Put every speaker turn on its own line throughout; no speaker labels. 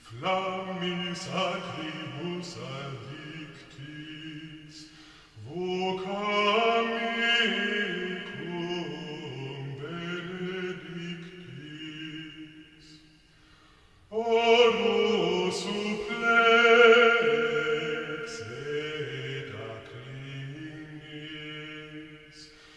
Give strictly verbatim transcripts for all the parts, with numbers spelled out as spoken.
Flammis acribus addictis, vocam mecum benedictis, oro supplex et acclinis.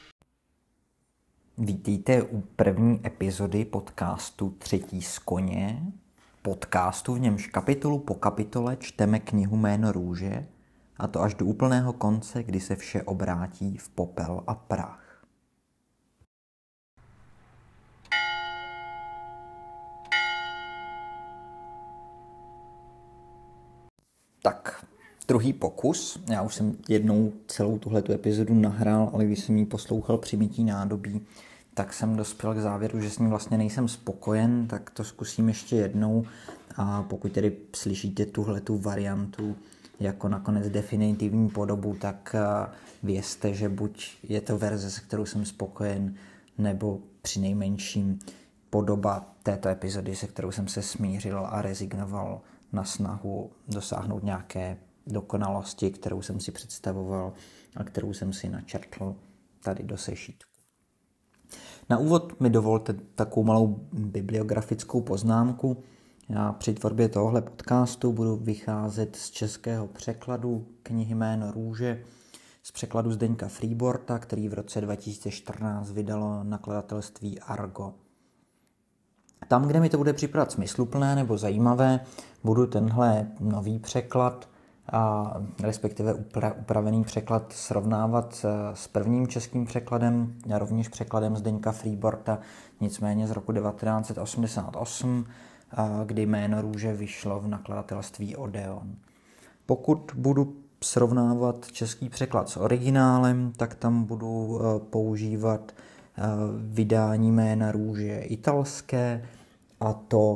Vítejte u první epizody podcastu Třetí z koně, podcastu, v němž kapitolu po kapitole čteme knihu Jméno růže, a to až do úplného konce, kdy se vše obrátí v popel a prach. Tak, druhý pokus. Já už jsem jednou celou tuhletu epizodu nahrál, ale když jsem ji poslouchal při mytí nádobí, tak jsem dospěl k závěru, že s ní vlastně nejsem spokojen, tak to zkusím ještě jednou. A pokud tedy slyšíte tuhletu variantu jako nakonec definitivní podobu, tak vězte, že buď je to verze, se kterou jsem spokojen, nebo přinejmenším podoba této epizody, se kterou jsem se smířil a rezignoval na snahu dosáhnout nějaké dokonalosti, kterou jsem si představoval a kterou jsem si načrtl tady do sešítku. Na úvod mi dovolte takovou malou bibliografickou poznámku. Já při tvorbě tohle podcastu budu vycházet z českého překladu knihy Jméno růže, z překladu Zdeňka Freeborta, který v roce dva tisíce čtrnáct vydalo nakladatelství Argo. Tam, kde mi to bude připadat smysluplné nebo zajímavé, budu tenhle nový překlad, a respektive upravený překlad srovnávat s prvním českým překladem, a rovněž překladem Zdeňka Freeborta, nicméně z roku devatenáct set osmdesát osm, kdy Jméno růže vyšlo v nakladatelství Odeon. Pokud budu srovnávat český překlad s originálem, tak tam budu používat vydání Jména růže italské, a to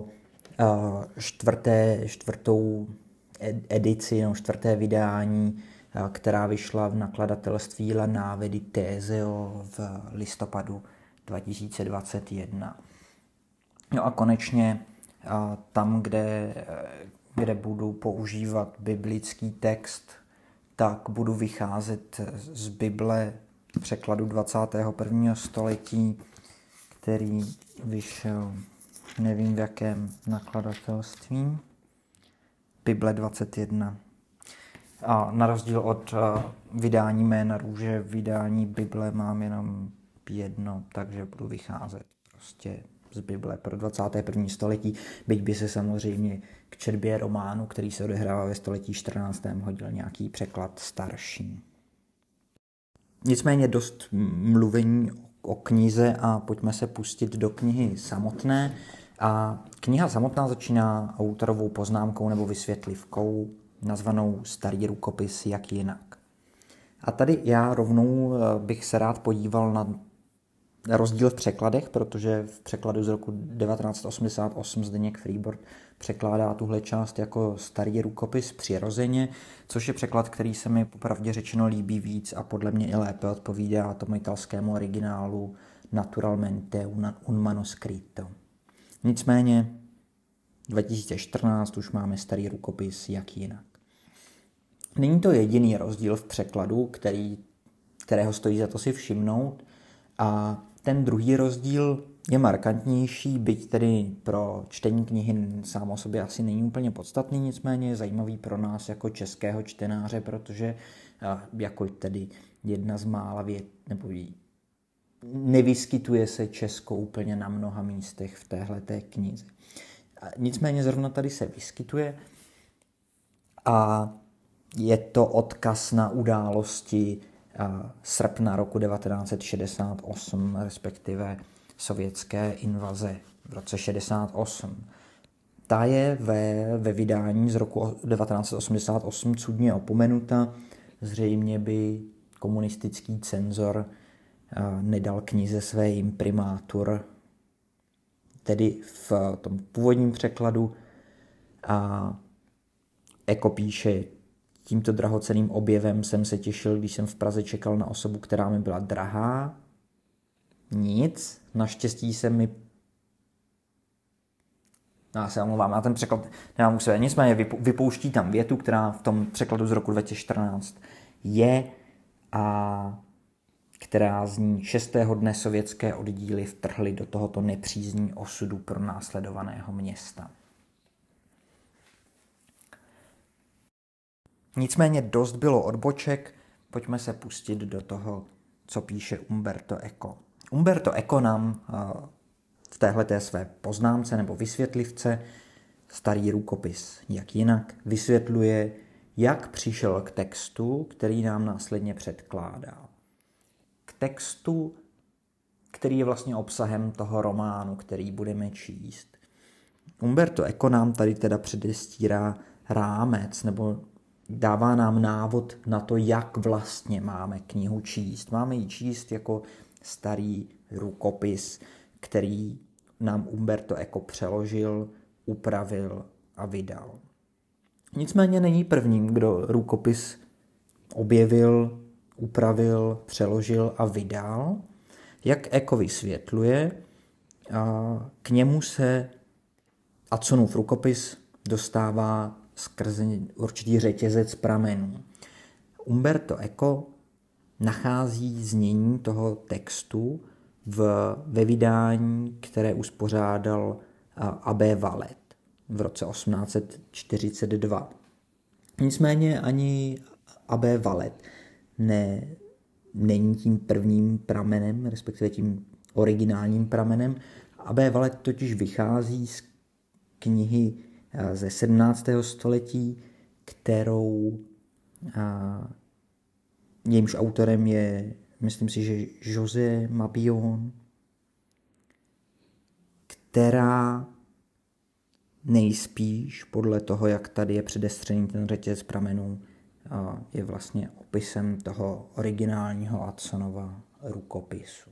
čtvrté, čtvrtou edici, no, čtvrté vydání, která vyšla v nakladatelství La Nave di Teseo v listopadu dva tisíce dvacet jedna. No a konečně tam, kde, kde budu používat biblický text, tak budu vycházet z Bible překladu dvacátého prvního století, který vyšel, nevím v jakém nakladatelství, Bible dvacet jedna. A na rozdíl od uh, vydání Jména růže, vydání Bible mám jenom jedno, takže budu vycházet prostě z Bible pro dvacáté první století, byť by se samozřejmě k četbě románu, který se odehrává ve století čtrnáctém hodil nějaký překlad starší. Nicméně dost mluvení o knize a pojďme se pustit do knihy samotné. A kniha samotná začíná autorovou poznámkou nebo vysvětlivkou nazvanou Starý rukopis, jak jinak. A tady já rovnou bych se rád podíval na rozdíl v překladech, protože v překladu z roku devatenáct set osmdesát osm Zdeněk Freebort překládá tuhle část jako Starý rukopis přirozeně, což je překlad, který se mi popravdě řečeno líbí víc a podle mě i lépe odpovídá tomu italskému originálu Naturalmente un manoscritto. Nicméně dva tisíce čtrnáct už máme Starý rukopis, jak jinak. Není to jediný rozdíl v překladu, který, kterého stojí za to si všimnout, a ten druhý rozdíl je markantnější, byť tedy pro čtení knihy sám o sobě asi není úplně podstatný, nicméně je zajímavý pro nás jako českého čtenáře, protože jako tedy jedna z mála vět, nebo nevyskytuje se Česko úplně na mnoha místech v téhleté knize. Nicméně zrovna tady se vyskytuje a je to odkaz na události srpna roku devatenáct set šedesát osm, respektive sovětské invaze v roce šedesát osm. Ta je ve, ve vydání z roku devatenáct set osmdesát osm cudně opomenuta. Zřejmě by komunistický cenzor nedal knize své imprimátur, tedy v tom původním překladu. A Eko píše: tímto drahocenným objevem jsem se těšil, když jsem v Praze čekal na osobu, která mi byla drahá. Nic, naštěstí se mi Já se omlouvám, já ten překlad nemám u sebe. Nicméně vypouští tam větu, která v tom překladu z roku dva tisíce čtrnáct je a která zní: šestého dne sovětské oddíly vtrhly do tohoto nepřízní osudu pro následovaného města. Nicméně dost bylo odboček, pojďme se pustit do toho, co píše Umberto Eco. Umberto Eco nám v téhleté své poznámce nebo vysvětlivce, starý rukopis jak jinak, vysvětluje, jak přišel k textu, který nám následně předkládá. K textu, který je vlastně obsahem toho románu, který budeme číst. Umberto Eco nám tady teda předestírá rámec, nebo dává nám návod na to, jak vlastně máme knihu číst. Máme ji číst jako starý rukopis, který nám Umberto Eco přeložil, upravil a vydal. Nicméně není prvním, kdo rukopis objevil, upravil, přeložil a vydal. Jak Eco vysvětluje, k němu se Adsonův rukopis dostává skrze určitý řetězec pramenů. Umberto Eco nachází znění toho textu v, ve vydání, které uspořádal Abbe Wallet v roce osmnáct set čtyřicet dva. Nicméně ani Abbe Wallet ne, není tím prvním pramenem, respektive tím originálním pramenem. Abbe Wallet totiž vychází z knihy ze sedmnáctého století, kterou a, jejímž autorem je, myslím si, že José Mabillon, která nejspíš podle toho, jak tady je předestřený ten řetěz pramenů, a, je vlastně opisem toho originálního Adsonova rukopisu.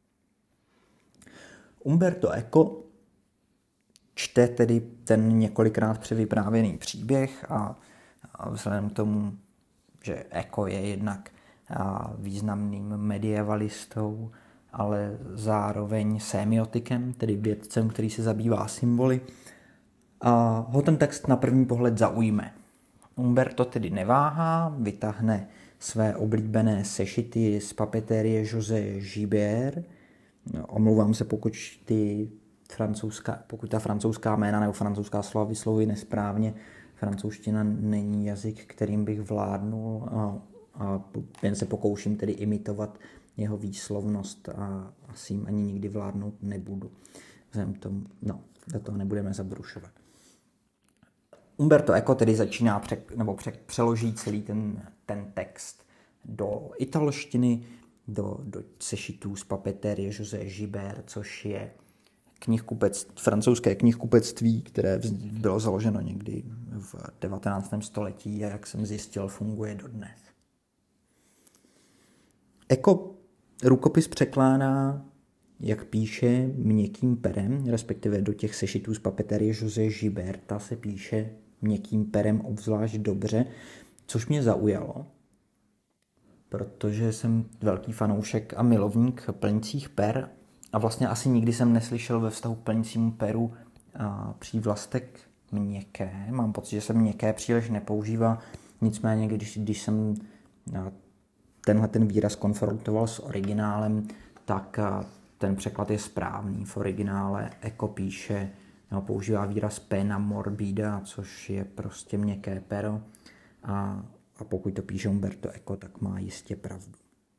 Umberto Eco čte tedy ten několikrát převyprávěný příběh a, a vzhledem k tomu, že Eco je jednak a, významným medievalistou, ale zároveň semiotikem, tedy vědcem, který se zabývá symboly, a ho ten text na první pohled zaujme. Umberto tedy neváhá, vytáhne své oblíbené sešity z papetérie José Gibert. Omlouvám se, pokud ty francouzská, pokud ta francouzská jména nebo francouzská slova vyslovuji nesprávně. Francouzština není jazyk, kterým bych vládnul a, a jen se pokouším tedy imitovat jeho výslovnost a asi jim ani nikdy vládnout nebudu. Vzhledem tomu, no, do toho nebudeme zabrušovat. Umberto Eco tedy začíná pře, nebo pře, přeloží celý ten, ten text do italštiny, do, do sešitů z papetérie José Gibert, což je knihkupectví, francouzské knihkupectví, které bylo založeno někdy v devatenáctém století a jak jsem zjistil, funguje dodnes. Eco rukopis překládá, jak píše, měkkým perem, respektive do těch sešitů z papetérie José Giberta se píše měkkým perem obzvlášť dobře, což mě zaujalo, protože jsem velký fanoušek a milovník plňcích per a vlastně asi nikdy jsem neslyšel ve vztahu k plňcímu peru a přívlastek měkké. Mám pocit, že se měkké příliš nepoužívá, nicméně když, když jsem tenhle ten výraz konfrontoval s originálem, tak ten překlad je správný. V originále Eco píše, nebo používá výraz pena morbida, což je prostě měkké pero. A, a pokud to píše Umberto Eco, tak má jistě pravdu.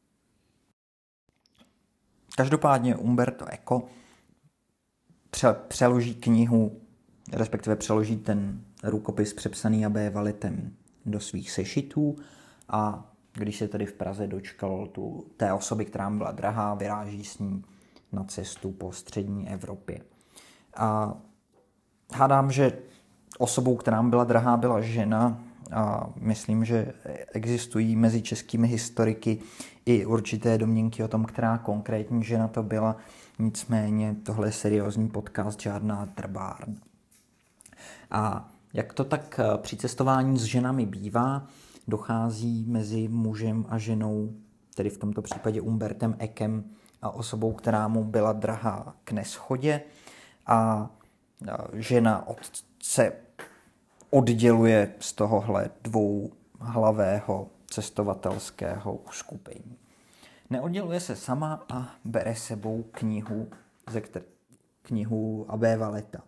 Každopádně Umberto Eco pře- přeloží knihu, respektive přeloží ten rukopis přepsaný Abbe Walletem do svých sešitů a když se tedy v Praze dočkal tu, té osoby, která mu byla drahá, vyráží s ní na cestu po střední Evropě. A hádám, že osobou, která mu byla drahá, byla žena a myslím, že existují mezi českými historiky i určité domněnky o tom, která konkrétní žena to byla. Nicméně tohle je seriózní podcast, žádná drbárna. A jak to tak při cestování s ženami bývá, dochází mezi mužem a ženou, tedy v tomto případě Umbertem Ecem a osobou, která mu byla drahá, k neschodě. A žena otce odděluje z tohohle dvouhlavého cestovatelského uskupení. Neodděluje se sama a bere sebou knihu, ze které, knihu Abé Valeta.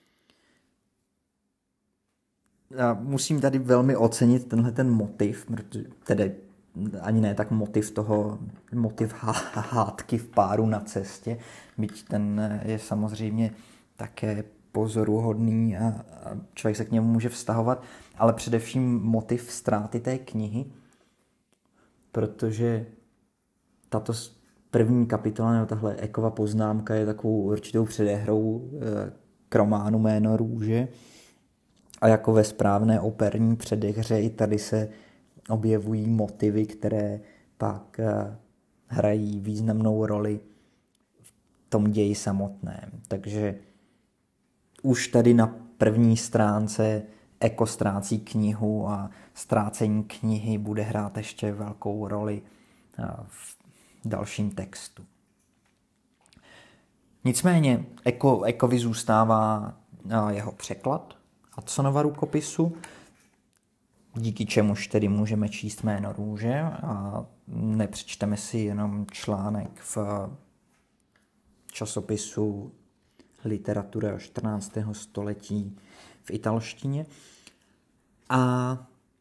Já musím tady velmi ocenit tenhle ten motiv, tedy ani ne tak motiv toho, motiv hádky v páru na cestě, byť ten je samozřejmě také pozoruhodný a, a člověk se k němu může vztahovat, ale především motiv ztráty té knihy, protože tato první kapitola, nebo tahle Eckova poznámka je takovou určitou předehrou k románu Jméno růže. A jako ve správné operní předehře i tady se objevují motivy, které pak hrají významnou roli v tom ději samotném. Takže už tady na první stránce Eco ztrácí knihu a ztrácení knihy bude hrát ještě velkou roli v dalším textu. Nicméně Eco, Ecovi zůstává jeho překlad Hudsonova rukopisu, díky čemuž tedy můžeme číst Jméno růže a nepřečteme si jenom článek v časopisu Literatura čtrnáctého století v italštině. A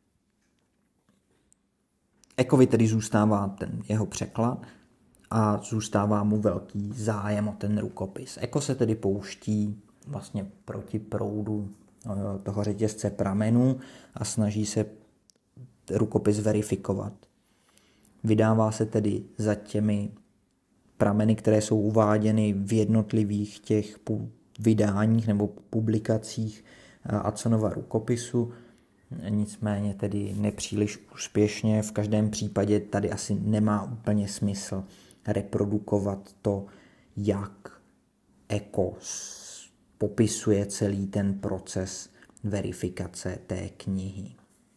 Ecovi tedy zůstává ten jeho překlad a zůstává mu velký zájem o ten rukopis. Eco se tedy pouští vlastně proti proudu toho řetězce pramenů a snaží se rukopis verifikovat. Vydává se tedy za těmi prameny, které jsou uváděny v jednotlivých těch vydáních nebo publikacích Hudsonova rukopisu, nicméně tedy nepříliš úspěšně. V každém případě tady asi nemá úplně smysl reprodukovat to, jak Eco popisuje celý ten proces verifikace té knihy.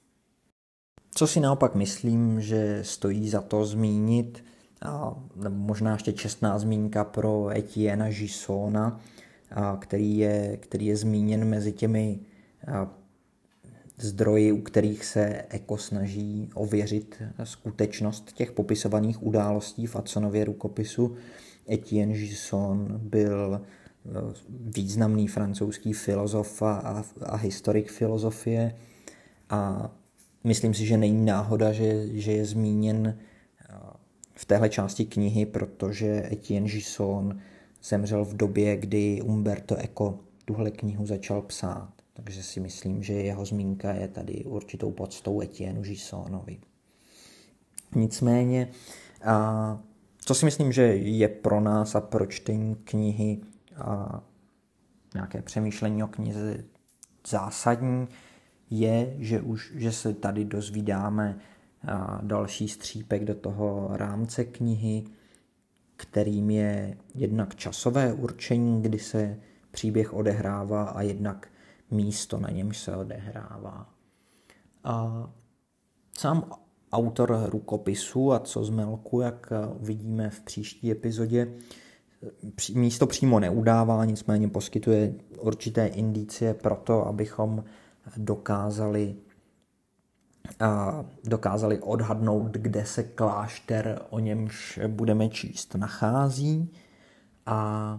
Co si naopak myslím, že stojí za to zmínit, a možná ještě čestná zmínka pro Etienne Gissona, a který, je, který je zmíněn mezi těmi a, zdroji, u kterých se Eco snaží ověřit skutečnost těch popisovaných událostí v Hudsonově rukopisu. Etienne Gisson byl významný francouzský filozof a, a historik filozofie a myslím si, že není náhoda, že, že je zmíněn v téhle části knihy, protože Etienne Gisson zemřel v době, kdy Umberto Eco tuhle knihu začal psát. Takže si myslím, že jeho zmínka je tady určitou poctou Etienne Gissonovi. Nicméně, a co si myslím, že je pro nás a pro čtení knihy a nějaké přemýšlení o knize zásadní, je, že už že se tady dozvídáme další střípek do toho rámce knihy, kterým je jednak časové určení, kdy se příběh odehrává, a jednak místo, na němž se odehrává. A sám autor rukopisu a co z Melku, jak uvidíme v příští epizodě, místo přímo neudává, nicméně poskytuje určité indicie pro to, abychom dokázali, a dokázali odhadnout, kde se klášter, o němž budeme číst, nachází. A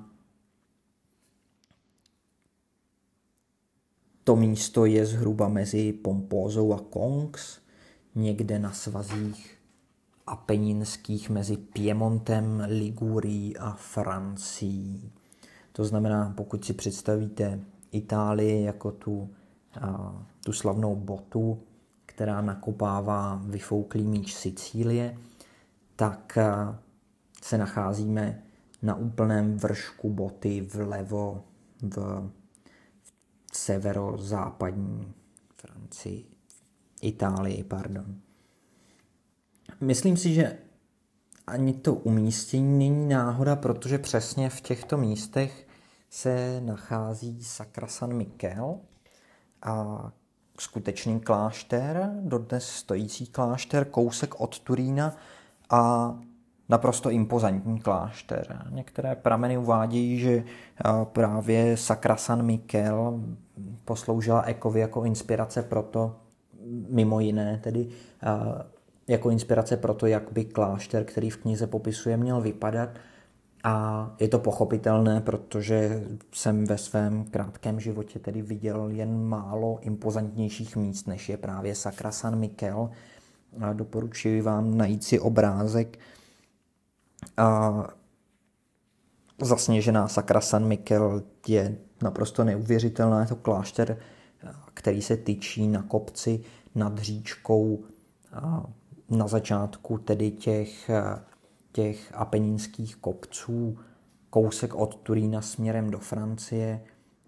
to místo je zhruba mezi Pompózou a Conques, někde na svazích apeninských mezi Piemontem, Ligurií a Francií. To znamená, pokud si představíte Itálii jako tu, a, tu slavnou botu, která nakopává vyfouklý míč Sicílie, tak a, se nacházíme na úplném vršku boty vlevo v severozápadní Francii, Itálii, pardon. Myslím si, že ani to umístění není náhoda, protože přesně v těchto místech se nachází Sakra San Michel a skutečný klášter, dodnes stojící klášter, kousek od Turína, a naprosto impozantní klášter. Některé prameny uvádějí, že právě sakra San Michel posloužila Eckovi jako inspirace pro to, mimo jiné tedy, jako inspirace pro to, jak by klášter, který v knize popisuje, měl vypadat. A je to pochopitelné, protože jsem ve svém krátkém životě tedy viděl jen málo impozantnějších míst, než je právě sakra San Michel. A doporučuji vám najít si obrázek a zasněžená sakra San Michel je naprosto neuvěřitelná. Je to klášter, který se tyčí na kopci nad říčkou na začátku tedy těch, těch apenínských kopců, kousek od Turína směrem do Francie.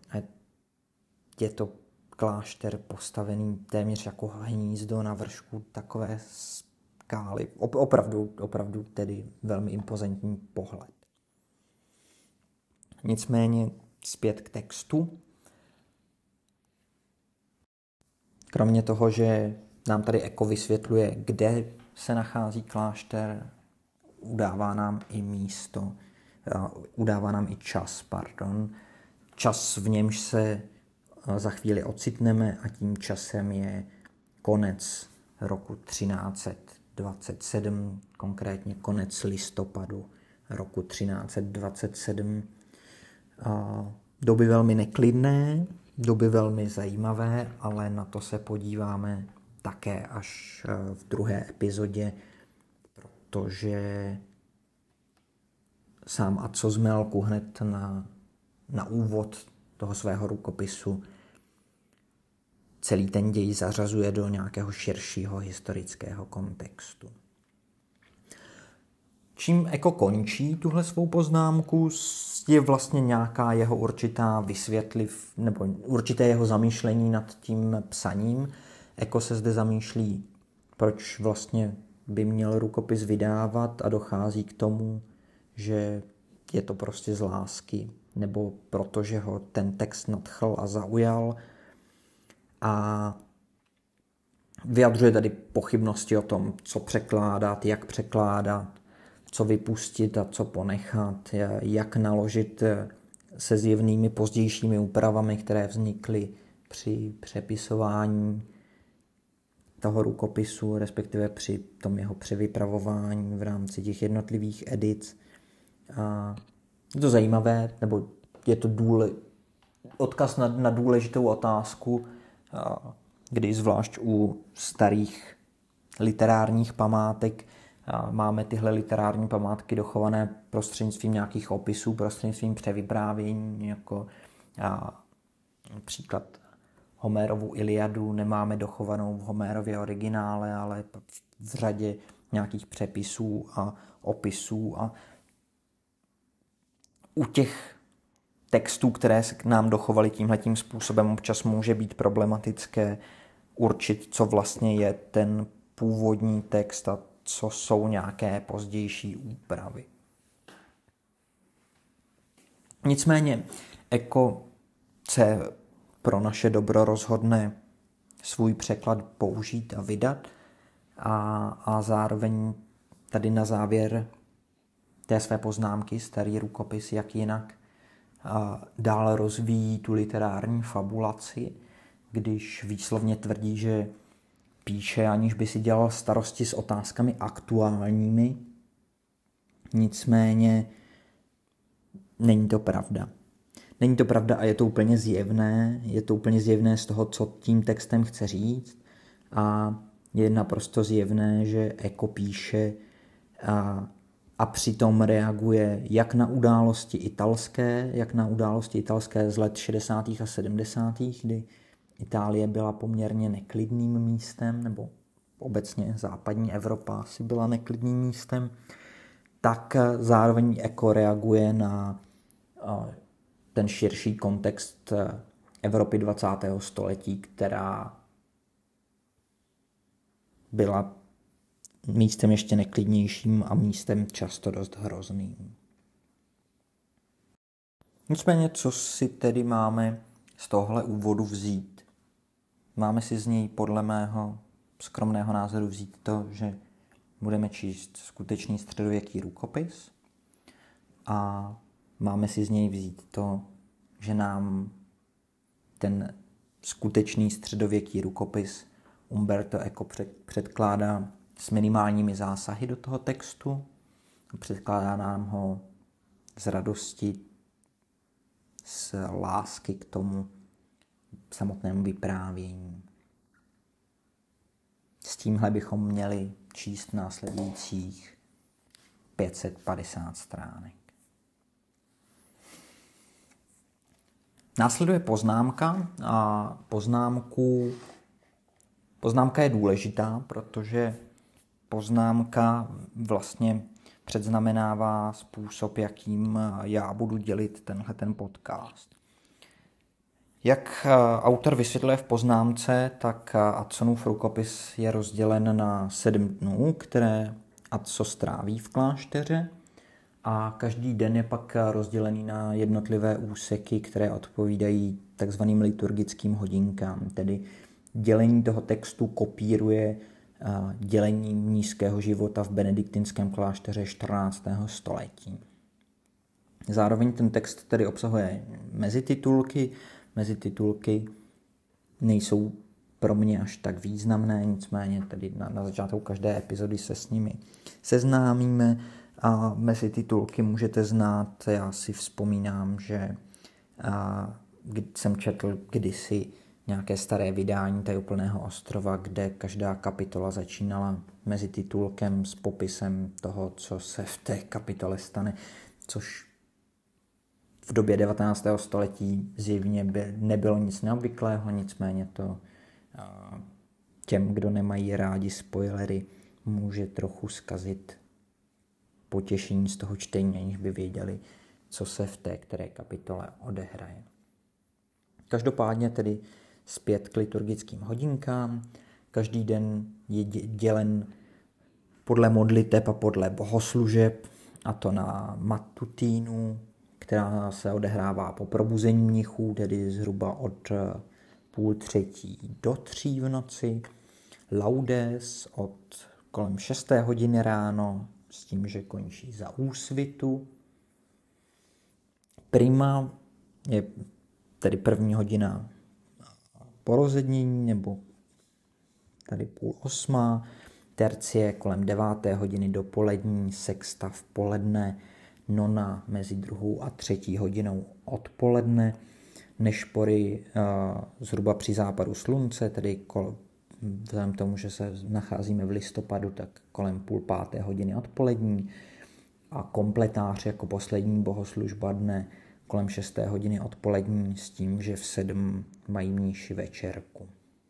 Je to klášter postavený téměř jako hnízdo na vršku takové skály. Opravdu, opravdu tedy velmi impozantní pohled. Nicméně zpět k textu. Kromě toho, že nám tady Ecko vysvětluje, kde se nachází klášter, udává nám i místo, udává nám i čas, pardon. Čas, v němž se za chvíli ocitneme, a tím časem je konec roku třináct set dvacet sedm, konkrétně konec listopadu roku třináct set dvacet sedm. Doby velmi neklidné, doby velmi zajímavé, ale na to se podíváme také až v druhé epizodě, protože sám Aco Zmelku hned na, na úvod toho svého rukopisu celý ten děj zařazuje do nějakého širšího historického kontextu. Čím Ecko končí tuhle svou poznámku, je vlastně nějaká jeho určitá vysvětliv, nebo určité jeho zamýšlení nad tím psaním. Ecko se zde zamýšlí, proč vlastně by měl rukopis vydávat, a dochází k tomu, že je to prostě z lásky, nebo protože ho ten text nadchl a zaujal. A vyjadřuje tady pochybnosti o tom, co překládat, jak překládat, co vypustit a co ponechat, jak naložit se zjevnými pozdějšími úpravami, které vznikly při přepisování toho rukopisu, respektive při tom jeho převypravování v rámci těch jednotlivých edic. A je to zajímavé, nebo je to důle, odkaz na, na důležitou otázku, kdy zvlášť u starých literárních památek máme tyhle literární památky dochované prostřednictvím nějakých opisů, prostřednictvím převyprávění, jako a, například Homérovu Iliadu nemáme dochovanou v Homérově originále, ale v řadě nějakých přepisů a opisů. A u těch textů, které se k nám dochovaly tímhletím způsobem, občas může být problematické určit, co vlastně je ten původní text a co jsou nějaké pozdější úpravy. Nicméně Ecko se pro naše dobro rozhodne svůj překlad použít a vydat a, a zároveň tady na závěr té své poznámky starý rukopis, jak jinak, a dál rozvíjí tu literární fabulaci, když výslovně tvrdí, že píše, aniž by si dělal starosti s otázkami aktuálními. Nicméně není to pravda. Není to pravda a je to úplně zjevné. Je to úplně zjevné z toho, co tím textem chce říct. A je naprosto zjevné, že Ecko píše a, a přitom reaguje jak na události italské, jak na události italské z let šedesátých a sedmdesátých, kdy Itálie byla poměrně neklidným místem, nebo obecně západní Evropa asi byla neklidným místem, tak zároveň Ecko reaguje na ten širší kontext Evropy dvacátého století, která byla místem ještě neklidnějším a místem často dost hrozným. Nicméně, co si tedy máme z tohle úvodu vzít? Máme si z něj podle mého skromného názoru vzít to, že budeme číst skutečný středověký rukopis a máme si z něj vzít to, že nám ten skutečný středověký rukopis Umberto Eco předkládá s minimálními zásahy do toho textu, předkládá nám ho z radosti, z lásky k tomu samotnému vyprávění. S tímhle bychom měli číst následujících pět set padesát stránek. Následuje poznámka a poznámku, poznámka je důležitá, protože poznámka vlastně předznamenává způsob, jakým já budu dělit tenhle ten podcast. Jak autor vysvětluje v poznámce, tak Adsonův rukopis je rozdělen na sedm dnů, které Adso stráví v klášteře, a každý den je pak rozdělený na jednotlivé úseky, které odpovídají takzvaným liturgickým hodinkám, tedy dělení toho textu kopíruje dělení mníšského života v benediktinském klášteře čtrnáctého století. Zároveň ten text tedy obsahuje mezititulky. Mezititulky nejsou pro mě až tak významné, nicméně tedy na, na začátku každé epizody se s nimi seznámíme a mezititulky můžete znát. Já si vzpomínám, že a, jsem četl kdysi nějaké staré vydání Tajuplného ostrova, kde každá kapitola začínala mezititulkem s popisem toho, co se v té kapitole stane, což v době devatenáctého století zjevně by nebylo nic neobvyklého, nicméně to těm, kdo nemají rádi spoilery, může trochu zkazit potěšení z toho čtení, aniž by věděli, co se v té které kapitole odehraje. Každopádně tedy zpět k liturgickým hodinkám. Každý den je dělen podle modliteb a podle bohoslužeb, a to na matutínu, která se odehrává po probuzení mnichů, tedy zhruba od půl třetí do tří v noci. Laudes od kolem šesté hodiny ráno, s tím, že končí za úsvitu. Prima je tedy první hodina po rozednění, nebo tady půl osmá. Tercie kolem deváté hodiny dopolední, sexta v poledne, nona mezi druhou a třetí hodinou odpoledne, nešpory uh, zhruba při západu slunce, tedy kol, vzhledem tomu, že se nacházíme v listopadu, tak kolem půl páté hodiny odpolední, a kompletář jako poslední bohoslužba dne kolem šesté hodiny odpolední, s tím, že v sedm mají mníši večerku.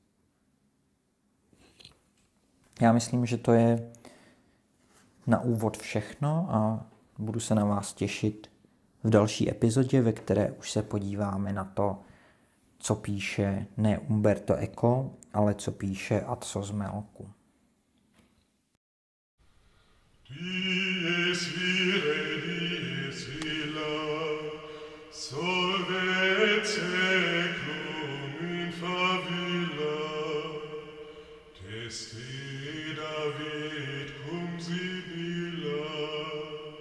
Já myslím, že to je na úvod všechno a budu se na vás těšit v další epizodě, ve které už se podíváme na to, co píše ne Umberto Eco, ale co píše Adso z Melku.